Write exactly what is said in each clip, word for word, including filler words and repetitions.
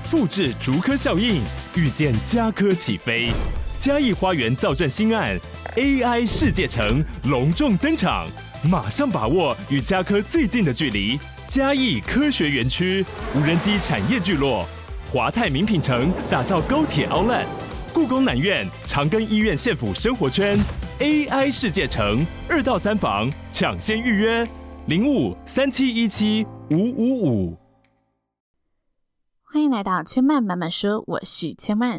复制竹科效应，预见家科起飞。嘉义花园造镇新案 A I 世界城隆重登场，马上把握与家科最近的距离。嘉义科学园区无人机产业聚落，华泰名品城打造高铁 Outlet， 故宫南院长庚医院县府生活圈 A I 世界城二到三房抢先预约零五三七一七五五五。 欢迎来到千曼慢慢说，我是千曼。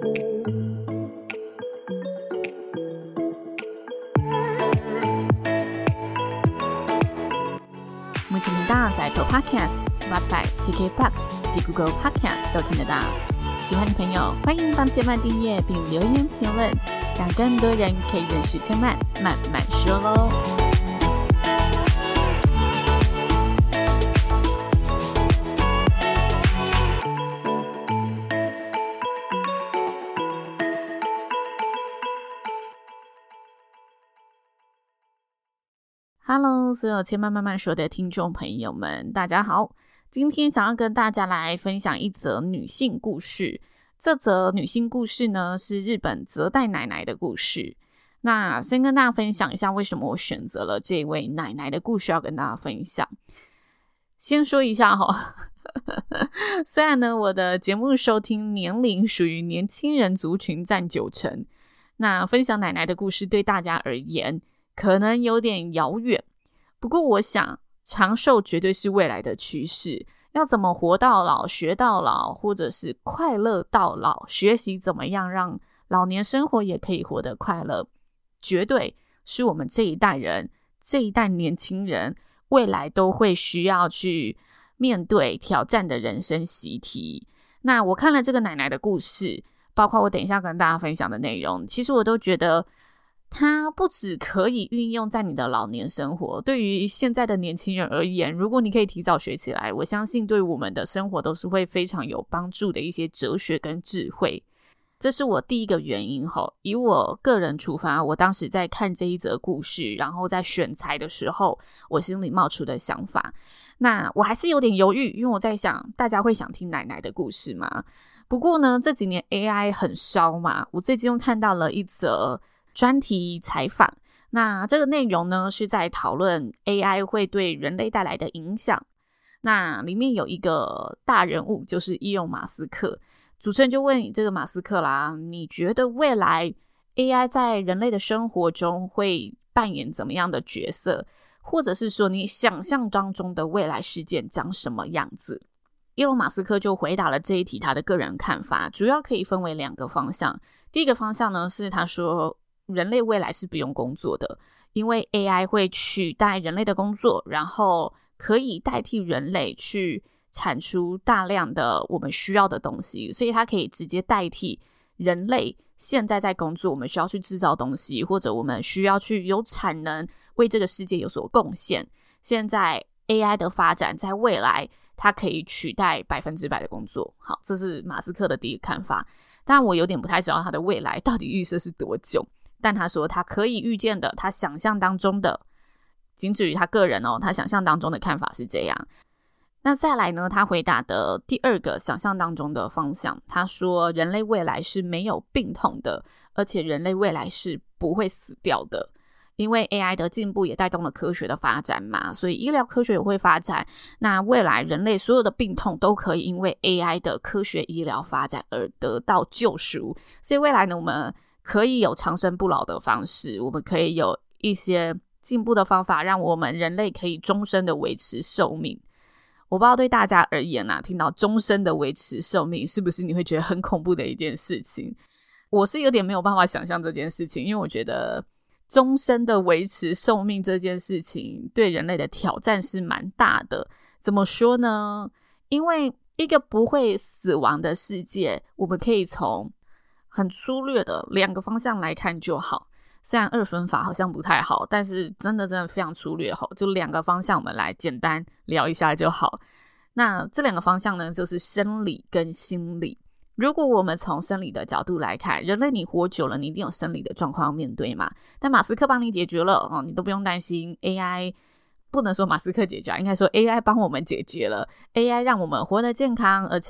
目前频道在 Apple Podcast、Spotify、K K B O X 以及 Google Podcast 都听得到。喜欢的朋友欢迎帮千曼订阅并留言评论，让更多人可以认识千曼慢慢说咯。Hello， 所有千曼慢慢说的听众朋友们，大家好。今天想要跟大家来分享一则女性故事。这则女性故事呢，是日本泽代奶奶的故事。那先跟大家分享一下为什么我选择了这位奶奶的故事要跟大家分享。先说一下齁，虽然呢我的节目收听年龄属于年轻人族群占九成，那分享奶奶的故事对大家而言可能有点遥远，不过我想长寿绝对是未来的趋势，要怎么活到老学到老，或者是快乐到老，学习怎么样让老年生活也可以活得快乐，绝对是我们这一代人这一代年轻人未来都会需要去面对挑战的人生习题。那我看了这个奶奶的故事，包括我等一下跟大家分享的内容，其实我都觉得它不只可以运用在你的老年生活，对于现在的年轻人而言，如果你可以提早学起来，我相信对我们的生活都是会非常有帮助的一些哲学跟智慧。这是我第一个原因齁，以我个人出发，我当时在看这一则故事，然后在选材的时候，我心里冒出的想法。那我还是有点犹豫，因为我在想大家会想听奶奶的故事吗？不过呢，这几年 A I 很烧嘛，我最近又看到了一则专题采访，那这个内容呢是在讨论 A I 会对人类带来的影响。那里面有一个大人物，就是伊隆马斯克。主持人就问这个马斯克啦，你觉得未来 A I 在人类的生活中会扮演怎么样的角色，或者是说你想象当中的未来事件长什么样子？伊隆马斯克就回答了这一题他的个人看法，主要可以分为两个方向。第一个方向呢是他说人类未来是不用工作的，因为 A I 会取代人类的工作，然后可以代替人类去产出大量的我们需要的东西，所以它可以直接代替人类现在在工作，我们需要去制造东西，或者我们需要去有产能为这个世界有所贡献。现在 A I 的发展在未来它可以取代百分之百的工作。好，这是马斯克的第一个看法。当然我有点不太知道他的未来到底预设是多久，但他说他可以预见的，他想象当中的，仅止于他个人哦，他想象当中的看法是这样。那再来呢，他回答的第二个想象当中的方向，他说人类未来是没有病痛的，而且人类未来是不会死掉的，因为 A I 的进步也带动了科学的发展嘛，所以医疗科学也会发展，那未来人类所有的病痛都可以因为 A I 的科学医疗发展而得到救赎。所以未来呢，我们可以有长生不老的方式，我们可以有一些进步的方法，让我们人类可以终身的维持寿命。我不知道对大家而言啊，听到终身的维持寿命，是不是你会觉得很恐怖的一件事情？我是有点没有办法想象这件事情，因为我觉得终身的维持寿命这件事情对人类的挑战是蛮大的。怎么说呢？因为一个不会死亡的世界，我们可以从很粗略的两个方向来看就好。虽然二分法好像不太好，但是真的真的非常粗略，就两个方向我们来简单聊一下就好。那这两个方向呢，就是生理跟心理。如果我们从生理的角度来看，人类你活久了，你一定有生理的状况要面对嘛，但马斯克帮你解决了、哦、你都不用担心。 A I 不能说马斯克解决，应该说 A I 帮我们解决了， A I 让我们活得健康，而且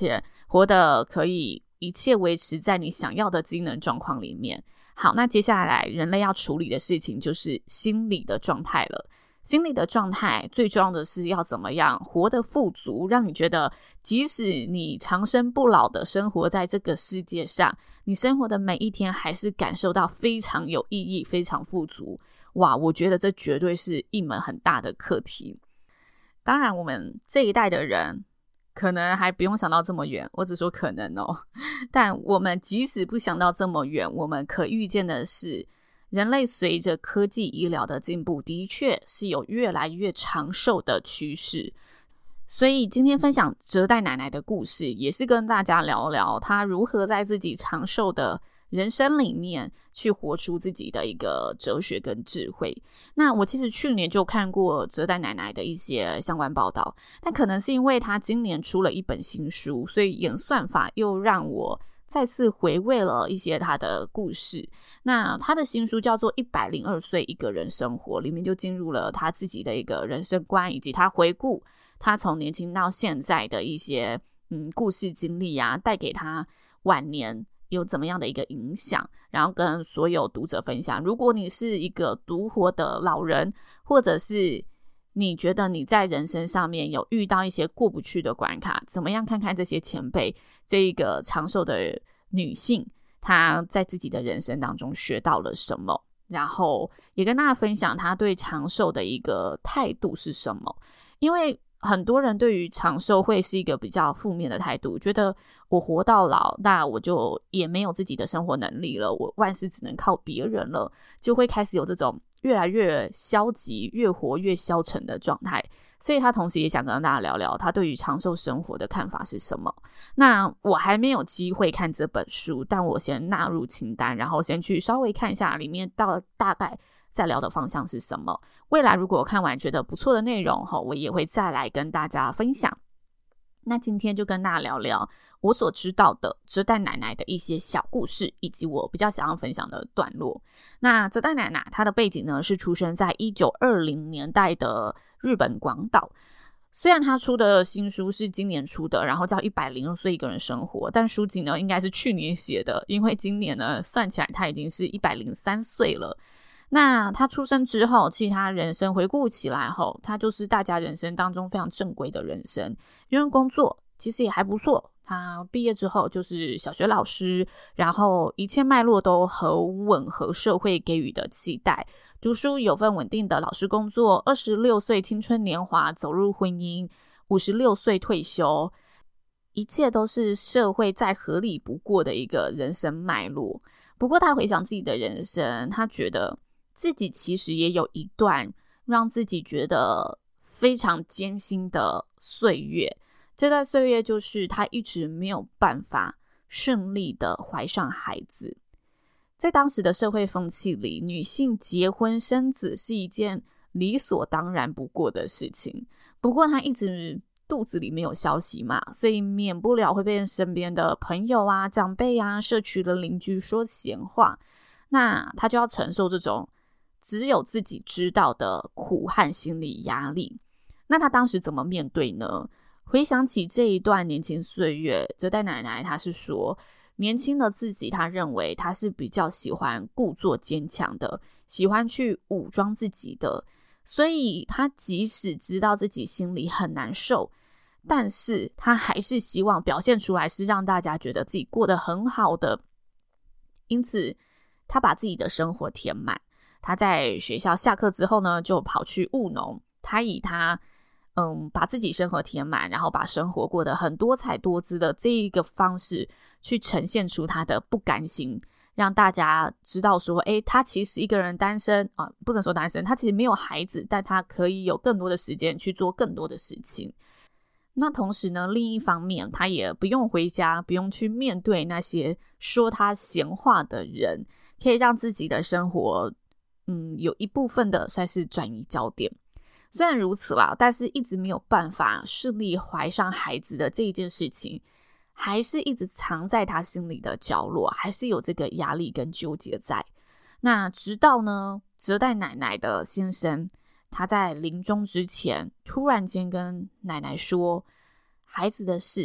活得可以一切维持在你想要的机能状况里面。好，那接下来人类要处理的事情就是心理的状态了。心理的状态最重要的是要怎么样活得富足，让你觉得即使你长生不老的生活在这个世界上，你生活的每一天还是感受到非常有意义，非常富足。哇，我觉得这绝对是一门很大的课题。当然我们这一代的人可能还不用想到这么远，我只说可能哦。但我们即使不想到这么远，我们可预见的是人类随着科技医疗的进步，的确是有越来越长寿的趋势。所以今天分享哲代奶奶的故事，也是跟大家聊聊她如何在自己长寿的人生里面去活出自己的一个哲学跟智慧。那我其实去年就看过哲代奶奶的一些相关报道，但可能是因为她今年出了一本新书，所以演算法又让我再次回味了一些他的故事。那他的新书叫做一百零二岁一个人生活，里面就进入了他自己的一个人生观，以及他回顾他从年轻到现在的一些嗯故事经历啊，带给他晚年有怎么样的一个影响，然后跟所有读者分享。如果你是一个独活的老人，或者是你觉得你在人生上面有遇到一些过不去的关卡，怎么样看看这些前辈，这一个长寿的女性，她在自己的人生当中学到了什么，然后也跟大家分享她对长寿的一个态度是什么。因为很多人对于长寿会是一个比较负面的态度，觉得我活到老，那我就也没有自己的生活能力了，我万事只能靠别人了，就会开始有这种越来越消极，越活越消沉的状态。所以他同时也想跟大家聊聊他对于长寿生活的看法是什么。那我还没有机会看这本书，但我先纳入清单，然后先去稍微看一下里面到大概在聊的方向是什么。未来如果我看完觉得不错的内容，我也会再来跟大家分享。那今天就跟大家聊聊我所知道的哲代奶奶的一些小故事，以及我比较想要分享的段落。那哲代奶奶她的背景呢，是出生在一九二零年代的日本广岛。虽然她出的新书是今年出的，然后叫一百零二岁一个人生活，但书籍呢应该是去年写的，因为今年呢算起来她已经是一百零三岁了。那他出生之后，其实他人生回顾起来后，他就是大家人生当中非常正规的人生，因为工作其实也还不错，他毕业之后就是小学老师，然后一切脉络都很吻合社会给予的期待，读书有份稳定的老师工作，二十六岁青春年华走入婚姻，五十六岁退休，一切都是社会再合理不过的一个人生脉络。不过他回想自己的人生，他觉得自己其实也有一段让自己觉得非常艰辛的岁月，这段岁月就是他一直没有办法顺利的怀上孩子。在当时的社会风气里，女性结婚生子是一件理所当然不过的事情。不过他一直肚子里没有消息嘛，所以免不了会被身边的朋友啊、长辈啊、社区的邻居说闲话，那他就要承受这种只有自己知道的苦和心理压力。那他当时怎么面对呢？回想起这一段年轻岁月，哲代奶奶她是说，年轻的自己她认为她是比较喜欢故作坚强的，喜欢去武装自己的，所以她即使知道自己心里很难受，但是她还是希望表现出来是让大家觉得自己过得很好的。因此她把自己的生活填满，他在学校下课之后呢，就跑去务农。他以他嗯把自己生活填满，然后把生活过得很多彩多姿的这一个方式，去呈现出他的不甘心，让大家知道说，诶，他其实一个人单身啊，不能说单身，他其实没有孩子，但他可以有更多的时间去做更多的事情。那同时呢，另一方面，他也不用回家，不用去面对那些说他闲话的人，可以让自己的生活嗯，有一部分的算是转移焦点。虽然如此啦，但是一直没有办法顺利怀上孩子的这一件事情，还是一直藏在他心里的角落，还是有这个压力跟纠结在。那直到呢，哲代奶奶的先生，他在临终之前突然间跟奶奶说，孩子的事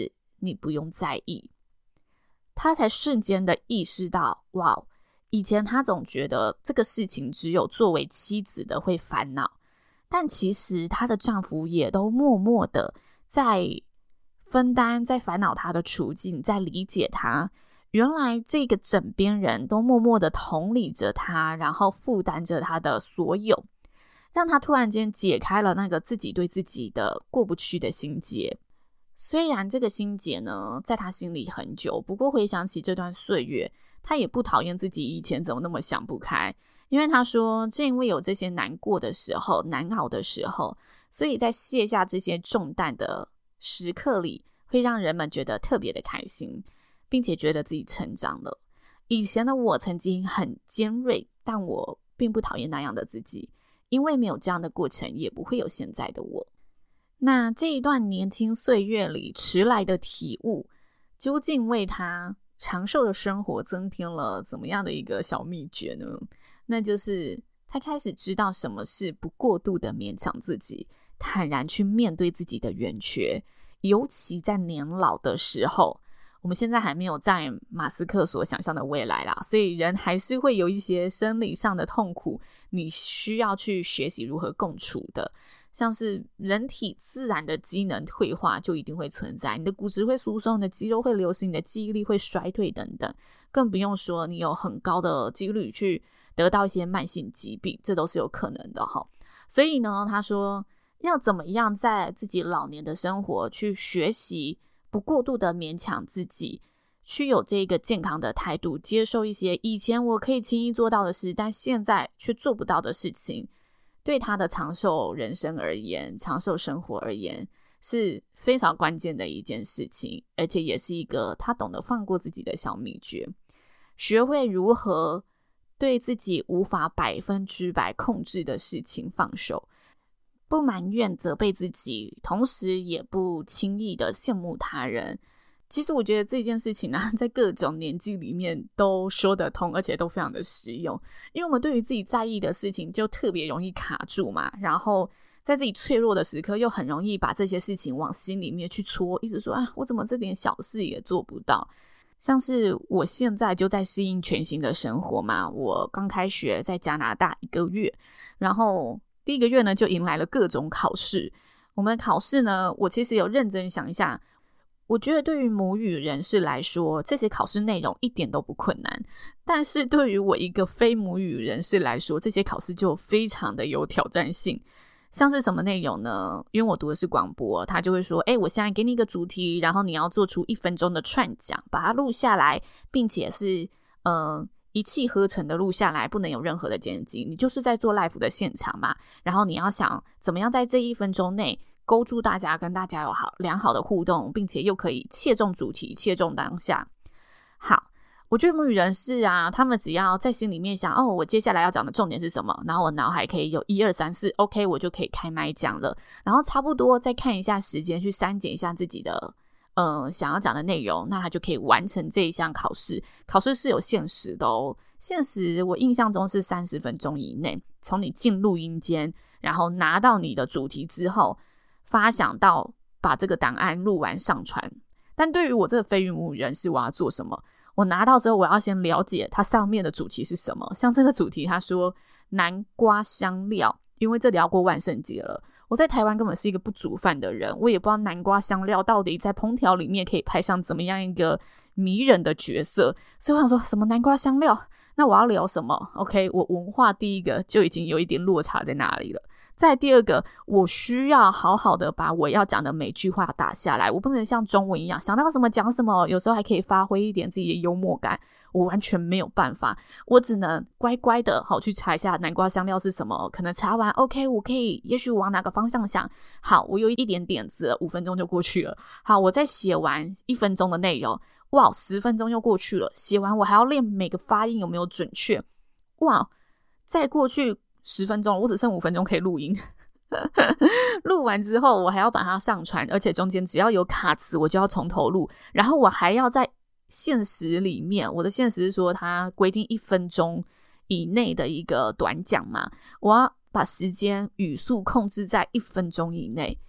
你不用在意。他才瞬间的意识到，哇，以前他总觉得这个事情只有作为妻子的会烦恼，但其实她的丈夫也都默默的在分担，在烦恼她的处境，在理解她。原来这个枕边人都默默的同理着她，然后负担着她的所有，让她突然间解开了那个自己对自己的过不去的心结。虽然这个心结呢在她心里很久，不过回想起这段岁月，她也不讨厌自己以前怎么那么想不开。因为她说，正因为有这些难过的时候，难熬的时候，所以在卸下这些重担的时刻里，会让人们觉得特别的开心，并且觉得自己成长了。以前的我曾经很尖锐，但我并不讨厌那样的自己，因为没有这样的过程，也不会有现在的我。那这一段年轻岁月里迟来的体悟，究竟为他长寿的生活增添了怎么样的一个小秘诀呢？那就是他开始知道什么是不过度的勉强自己，坦然去面对自己的圆缺。尤其在年老的时候，我们现在还没有在马斯克所想象的未来啦，所以人还是会有一些生理上的痛苦，你需要去学习如何共处的。像是人体自然的机能退化就一定会存在，你的骨质会疏松，你的肌肉会流失，你的记忆力会衰退等等，更不用说你有很高的几率去得到一些慢性疾病，这都是有可能的齁。所以呢，他说要怎么样在自己老年的生活去学习不过度的勉强自己，去有这个健康的态度，接受一些以前我可以轻易做到的事，但现在却做不到的事情，对他的长寿人生而言，长寿生活而言，是非常关键的一件事情，而且也是一个他懂得放过自己的小秘诀。学会如何对自己无法百分之百控制的事情放手，不埋怨责备自己，同时也不轻易的羡慕他人。其实我觉得这件事情呢、啊，在各种年纪里面都说得通，而且都非常的实用。因为我们对于自己在意的事情就特别容易卡住嘛，然后在自己脆弱的时刻又很容易把这些事情往心里面去戳，一直说啊，我怎么这点小事也做不到。像是我现在就在适应全新的生活嘛，我刚开学在加拿大一个月，然后第一个月呢就迎来了各种考试。我们的考试呢，我其实有认真想一下，我觉得对于母语人士来说，这些考试内容一点都不困难，但是对于我一个非母语人士来说，这些考试就非常的有挑战性。像是什么内容呢？因为我读的是广播，他就会说，诶，我现在给你一个主题，然后你要做出一分钟的串讲，把它录下来，并且是呃一气呵成的录下来，不能有任何的剪辑，你就是在做 live 的现场嘛，然后你要想怎么样在这一分钟内勾住大家，跟大家有好良好的互动，并且又可以切中主题，切中当下。好，我觉得母语人士啊，他们只要在心里面想，哦，我接下来要讲的重点是什么，然后我脑海可以有一二三四 OK， 我就可以开麦讲了，然后差不多再看一下时间，去删减一下自己的呃想要讲的内容，那他就可以完成这一项考试。考试是有限时的哦，限时我印象中是三十分钟以内，从你进录音间，然后拿到你的主题之后，发想到把这个档案录完上传。但对于我这个非语母语人士，我要做什么？我拿到之后，我要先了解它上面的主题是什么。像这个主题，他说南瓜香料，因为这里要过万圣节了。我在台湾根本是一个不煮饭的人，我也不知道南瓜香料到底在烹调里面可以派上怎么样一个迷人的角色，所以我想说什么南瓜香料，那我要聊什么 ？OK， 我文化第一个就已经有一点落差在那里了。再第二个，我需要好好的把我要讲的每句话打下来，我不能像中文一样想到什么讲什么，有时候还可以发挥一点自己的幽默感，我完全没有办法，我只能乖乖的好去查一下南瓜香料是什么，可能查完 OK， 我可以也许往哪个方向想，好，我有一点点子了，五分钟就过去了。好，我再写完一分钟的内容，哇，十分钟又过去了，写完我还要练每个发音有没有准确，哇，再过去十分钟，我只剩五分钟可以录音。录完之后我还要把它上传，而且中间只要有卡词我就要从头录，然后我还要在限时里面，我的限时是说它规定一分钟以内的一个短讲嘛，我要把时间语速控制在一分钟以内。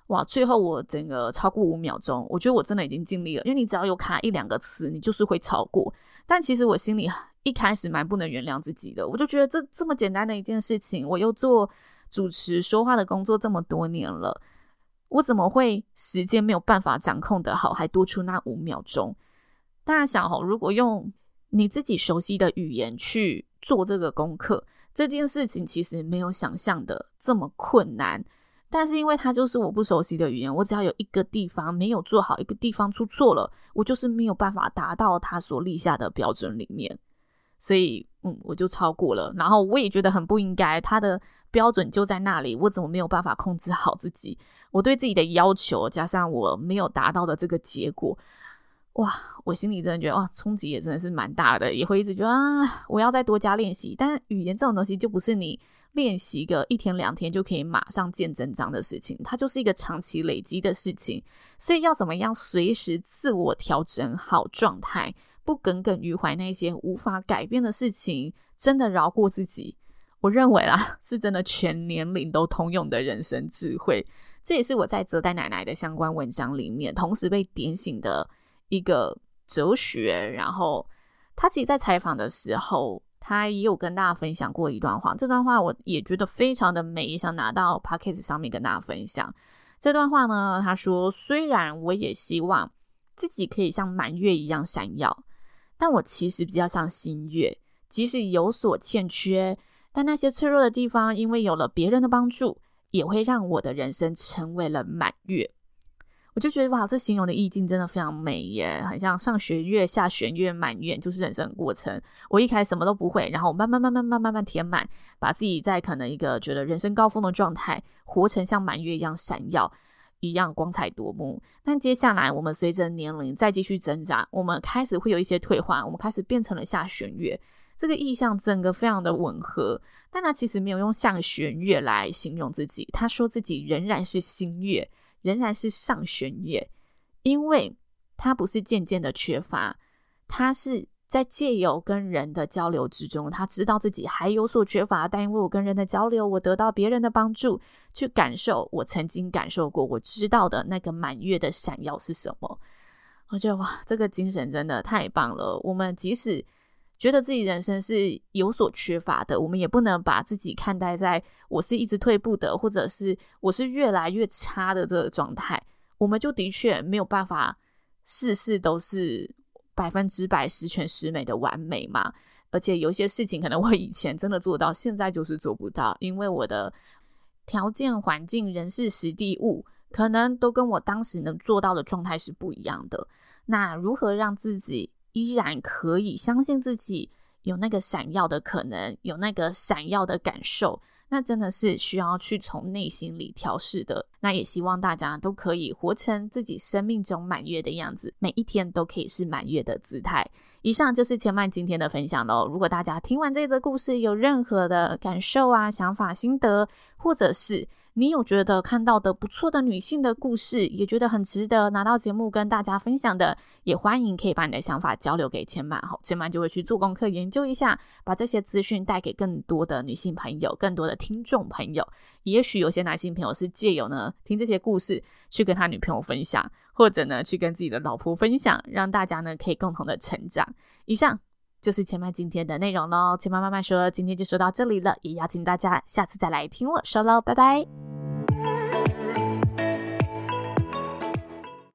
哇，最后我整个超过五秒钟，我觉得我真的已经尽力了，因为你只要有卡一两个词，你就是会超过。但其实我心里一开始蛮不能原谅自己的，我就觉得这这么简单的一件事情，我又做主持说话的工作这么多年了，我怎么会时间没有办法掌控得好，还多出那五秒钟？大家想哦，如果用你自己熟悉的语言去做这个功课，这件事情其实没有想象的这么困难。但是因为它就是我不熟悉的语言，我只要有一个地方没有做好，一个地方出错了，我就是没有办法达到他所立下的标准里面，所以嗯，我就超过了。然后我也觉得很不应该，他的标准就在那里，我怎么没有办法控制好自己？我对自己的要求加上我没有达到的这个结果，哇，我心里真的觉得哇，冲击也真的是蛮大的，也会一直觉得啊，我要再多加练习。但是语言这种东西就不是你练习个一天两天就可以马上见真章的事情，它就是一个长期累积的事情，所以要怎么样随时自我调整好状态，不耿耿于怀那些无法改变的事情，真的饶过自己，我认为啦，是真的全年龄都通用的人生智慧。这也是我在泽代奶奶的相关文章里面同时被点醒的一个哲学。然后他其实在采访的时候，他也有跟大家分享过一段话，这段话我也觉得非常的美，也想拿到 Podcast 上面跟大家分享。这段话呢，他说，虽然我也希望自己可以像满月一样闪耀，但我其实比较像新月，即使有所欠缺，但那些脆弱的地方因为有了别人的帮助，也会让我的人生成为了满月。我就觉得哇，这形容的意境真的非常美耶，很像上弦月、下弦月、满月，就是人生的过程。我一开始什么都不会，然后慢慢慢慢慢慢慢填满，把自己在可能一个觉得人生高峰的状态，活成像满月一样闪耀，一样光彩夺目。但接下来我们随着年龄再继续挣扎，我们开始会有一些退化，我们开始变成了下弦月。这个意象整个非常的吻合，但他其实没有用下弦月来形容自己，他说自己仍然是新月，仍然是上弦月，因为他不是渐渐的缺乏，他是在借由跟人的交流之中，他知道自己还有所缺乏，但因为我跟人的交流，我得到别人的帮助，去感受我曾经感受过，我知道的那个满月的闪耀是什么。我觉得哇，这个精神真的太棒了。我们即使觉得自己人生是有所缺乏的，我们也不能把自己看待在我是一直退步的，或者是我是越来越差的这个状态，我们就的确没有办法事事都是百分之百十全十美的完美嘛。而且有些事情可能我以前真的做到，现在就是做不到，因为我的条件环境人事时地物可能都跟我当时能做到的状态是不一样的。那如何让自己依然可以相信自己有那个闪耀的可能，有那个闪耀的感受，那真的是需要去从内心里调试的。那也希望大家都可以活成自己生命中满月的样子，每一天都可以是满月的姿态。以上就是千曼今天的分享咯。如果大家听完这则故事有任何的感受啊、想法、心得，或者是你有觉得看到的不错的女性的故事，也觉得很值得拿到节目跟大家分享的，也欢迎可以把你的想法交流给千曼，好，千曼就会去做功课研究一下，把这些资讯带给更多的女性朋友，更多的听众朋友。也许有些男性朋友是借由呢听这些故事去跟他女朋友分享，或者呢去跟自己的老婆分享，让大家呢可以共同的成长。以上就是千曼今天的内容咯，千曼慢慢说今天就说到这里了，也邀请大家下次再来听我说咯，拜拜。